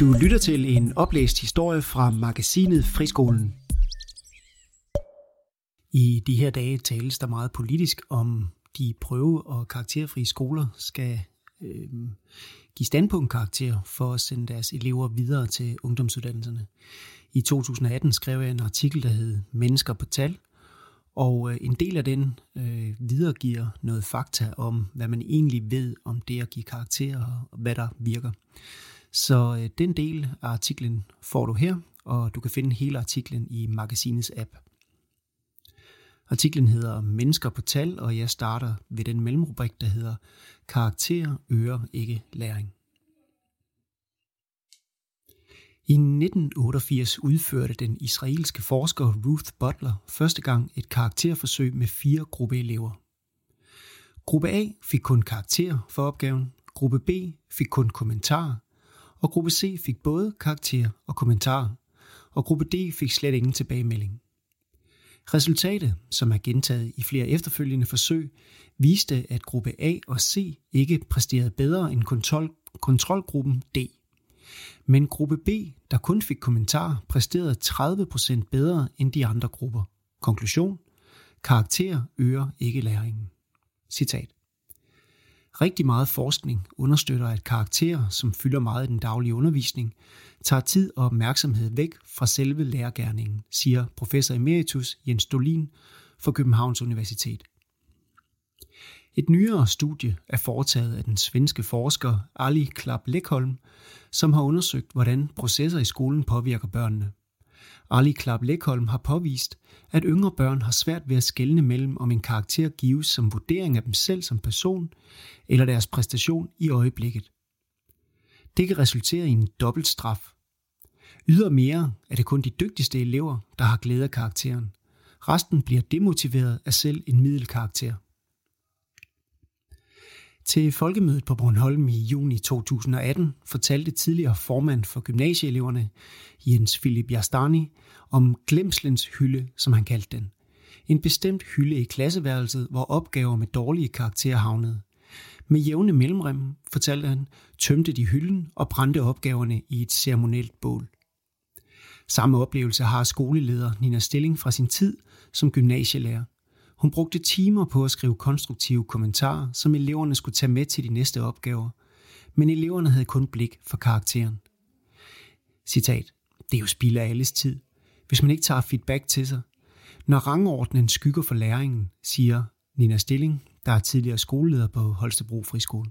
Du lytter til en oplæst historie fra magasinet Friskolen. I de her dage tales der meget politisk om de prøve- og karakterfrie skoler skal give standpunktkarakter for at sende deres elever videre til ungdomsuddannelserne. I 2018 skrev jeg en artikel, der hed Mennesker på tal, og en del af den videregiver noget fakta om, hvad man egentlig ved om det at give karakterer og hvad der virker. Så den del af artiklen får du her, og du kan finde hele artiklen i magasinets app. Artiklen hedder Mennesker på tal, og jeg starter ved den mellemrubrik, der hedder Karakterer øger ikke læring. I 1988 udførte den israelske forsker Ruth Butler første gang et karakterforsøg med 4 gruppeelever. Gruppe A fik kun karakter for opgaven, gruppe B fik kun kommentarer, og gruppe C fik både karakter og kommentarer, og gruppe D fik slet ingen tilbagemelding. Resultatet, som er gentaget i flere efterfølgende forsøg, viste, at gruppe A og C ikke præsterede bedre end kontrolgruppen D. Men gruppe B, der kun fik kommentarer, præsterede 30% bedre end de andre grupper. Konklusion: karakter øger ikke læringen. Citat. Rigtig meget forskning understøtter, at karakterer, som fylder meget i den daglige undervisning, tager tid og opmærksomhed væk fra selve lærergerningen, siger professor emeritus Jens Dolin fra Københavns Universitet. Et nyere studie er foretaget af den svenske forsker Ali Klabb-Lekholm, som har undersøgt, hvordan processer i skolen påvirker børnene. Ali Klabb-Lekholm har påvist, at yngre børn har svært ved at skelne mellem, om en karakter gives som vurdering af dem selv som person, eller deres præstation i øjeblikket. Det kan resultere i en dobbelt straf. Ydermere er det kun de dygtigste elever, der har glæde af karakteren. Resten bliver demotiveret af selv en middelkarakter. Til folkemødet på Bornholm i juni 2018 fortalte tidligere formand for gymnasieeleverne, Jens Philip Jastani, om glemslens hylde, som han kaldte den. En bestemt hylde i klasseværelset, hvor opgaver med dårlige karakterer havnede. Med jævne mellemrem, fortalte han, tømte de hylden og brændte opgaverne i et ceremonielt bål. Samme oplevelse har skoleleder Nina Stilling fra sin tid som gymnasielærer. Hun brugte timer på at skrive konstruktive kommentarer, som eleverne skulle tage med til de næste opgaver, men eleverne havde kun blik for karakteren. Citat. Det er jo spild af alles tid, hvis man ikke tager feedback til sig. Når rangordnen skygger for læringen, siger Nina Stilling, der er tidligere skoleleder på Holstebro Friskole.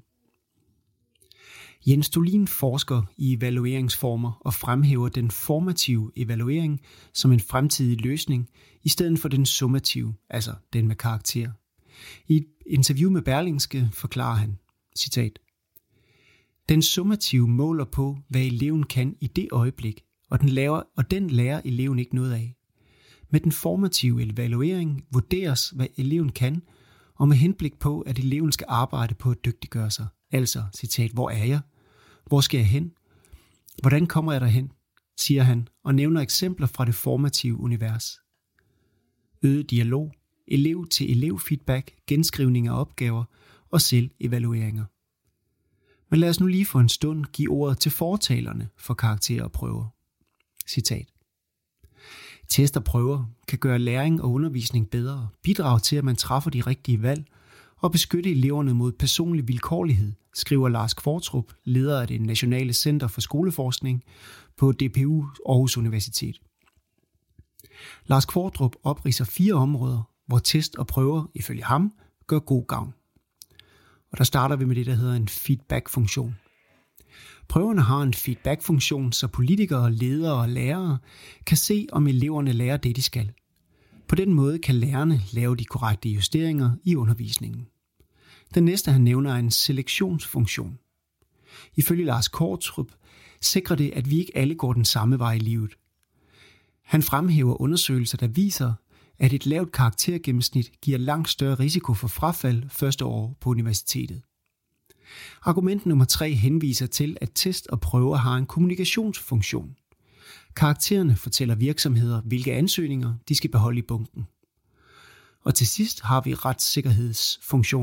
Jens Dolin forsker i evalueringsformer og fremhæver den formative evaluering som en fremtidig løsning, i stedet for den summative, altså den med karakter. I et interview med Berlingske forklarer han, citat, den summative måler på, hvad eleven kan i det øjeblik, og den lærer eleven ikke noget af. Med den formative evaluering vurderes, hvad eleven kan, og med henblik på, at eleven skal arbejde på at dygtiggøre sig. Altså, citat, hvor er jeg? Hvor skal jeg hen? Hvordan kommer jeg derhen? Siger han, og nævner eksempler fra det formative univers. Øget dialog, elev-til-elev feedback, genskrivning af opgaver og selvevalueringer. Men lad os nu lige for en stund give ordet til fortalerne for karakterer og prøver. Citat. Test og prøver kan gøre læring og undervisning bedre, bidrage til, at man træffer de rigtige valg og beskytte eleverne mod personlig vilkårlighed, skriver Lars Kvartrup, leder af det Nationale Center for Skoleforskning på DPU Aarhus Universitet. Lars Kvartrup opridser 4 områder, hvor test og prøver, ifølge ham, gør god gavn. Og der starter vi med det, der hedder en feedback-funktion. Prøverne har en feedback-funktion, så politikere, ledere og lærere kan se, om eleverne lærer det, de skal. På den måde kan lærerne lave de korrekte justeringer i undervisningen. Den næste, han nævner, er en selektionsfunktion. Ifølge Lars Kvartrup sikrer det, at vi ikke alle går den samme vej i livet. Han fremhæver undersøgelser, der viser, at et lavt karaktergennemsnit giver langt større risiko for frafald første år på universitetet. Argument nummer 3 henviser til, at test og prøver har en kommunikationsfunktion. Karaktererne fortæller virksomheder, hvilke ansøgninger de skal beholde i bunken. Og til sidst har vi retssikkerhedsfunktionen.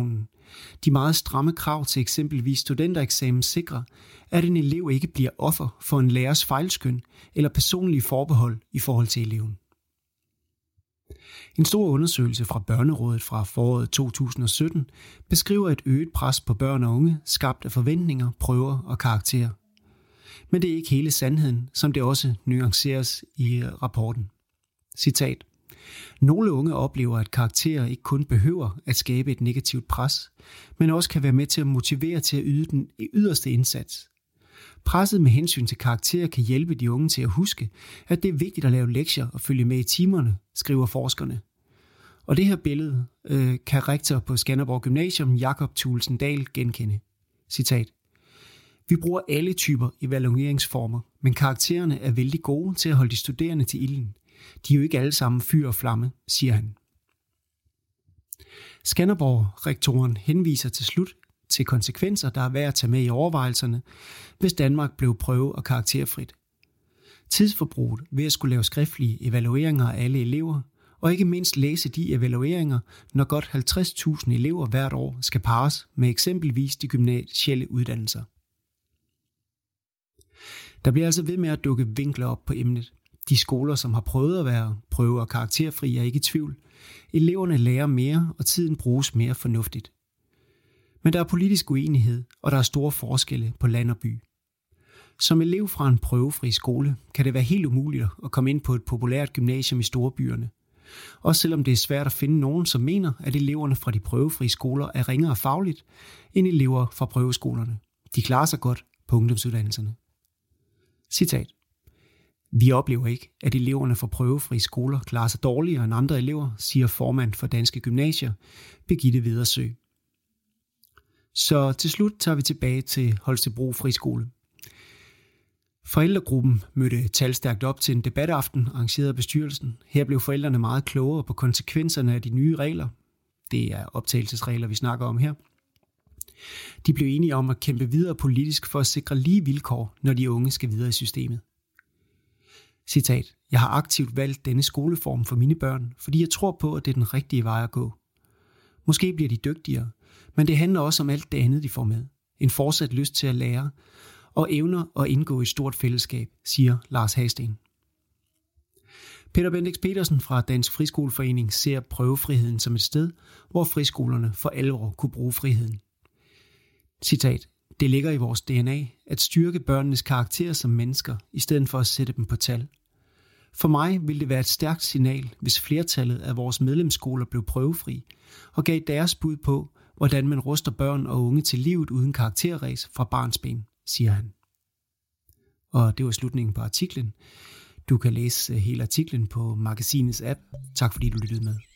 De meget stramme krav til eksempelvis studentereksamen sikrer, at en elev ikke bliver offer for en lærers fejlskøn eller personlige forbehold i forhold til eleven. En stor undersøgelse fra Børnerådet fra foråret 2017 beskriver et øget pres på børn og unge, skabt af forventninger, prøver og karakterer. Men det er ikke hele sandheden, som det også nuanceres i rapporten. Citat. Nogle unge oplever, at karakterer ikke kun behøver at skabe et negativt pres, men også kan være med til at motivere til at yde den yderste indsats. Presset med hensyn til karakterer kan hjælpe de unge til at huske, at det er vigtigt at lave lektier og følge med i timerne, skriver forskerne. Og det her billede kan rektor på Skanderborg Gymnasium, Jakob Thulesen Dahl, genkende. Citat. Vi bruger alle typer evalueringsformer, men karaktererne er vældig gode til at holde de studerende til ilden. De er jo ikke alle sammen fyr og flamme, siger han. Skanderborg-rektoren henviser til slut til konsekvenser, der er værd at tage med i overvejelserne, hvis Danmark blev prøve- og karakterfrit. Tidsforbruget ved at skulle lave skriftlige evalueringer af alle elever, og ikke mindst læse de evalueringer, når godt 50.000 elever hvert år skal parres med eksempelvis de gymnasielle uddannelser. Der bliver altså ved med at dukke vinkler op på emnet. De skoler, som har prøvet at være prøve- og karakterfri, er ikke i tvivl. Eleverne lærer mere, og tiden bruges mere fornuftigt. Men der er politisk uenighed, og der er store forskelle på land og by. Som elev fra en prøvefri skole kan det være helt umuligt at komme ind på et populært gymnasium i storbyerne. Også selvom det er svært at finde nogen, som mener, at eleverne fra de prøvefri skoler er ringere fagligt end elever fra prøveskolerne. De klarer sig godt på ungdomsuddannelserne. Citat. Vi oplever ikke, at eleverne fra prøvefri skoler klarer sig dårligere end andre elever, siger formand for Danske Gymnasier, Birgitte Vedersø. Så til slut tager vi tilbage til Holstebro Friskole. Forældregruppen mødte talstærkt op til en debataften arrangeret af bestyrelsen. Her blev forældrene meget klogere på konsekvenserne af de nye regler. Det er optagelsesregler, vi snakker om her. De blev enige om at kæmpe videre politisk for at sikre lige vilkår, når de unge skal videre i systemet. Citat. Jeg har aktivt valgt denne skoleform for mine børn, fordi jeg tror på, at det er den rigtige vej at gå. Måske bliver de dygtigere, men det handler også om alt det andet, de får med. En fortsat lyst til at lære og evner at indgå i et stort fællesskab, siger Lars Hasten. Peter Bendix Petersen fra Dansk Friskoleforening ser prøvefriheden som et sted, hvor friskolerne for alvor kunne bruge friheden. Citat. Det ligger i vores DNA at styrke børnenes karakter som mennesker, i stedet for at sætte dem på tal. For mig vil det være et stærkt signal, hvis flertallet af vores medlemsskoler blev prøvefri og gav deres bud på, hvordan man ruster børn og unge til livet uden karakterræs fra barnsben, siger han. Og det var slutningen på artiklen. Du kan læse hele artiklen på magasinets app. Tak fordi du lyttede med.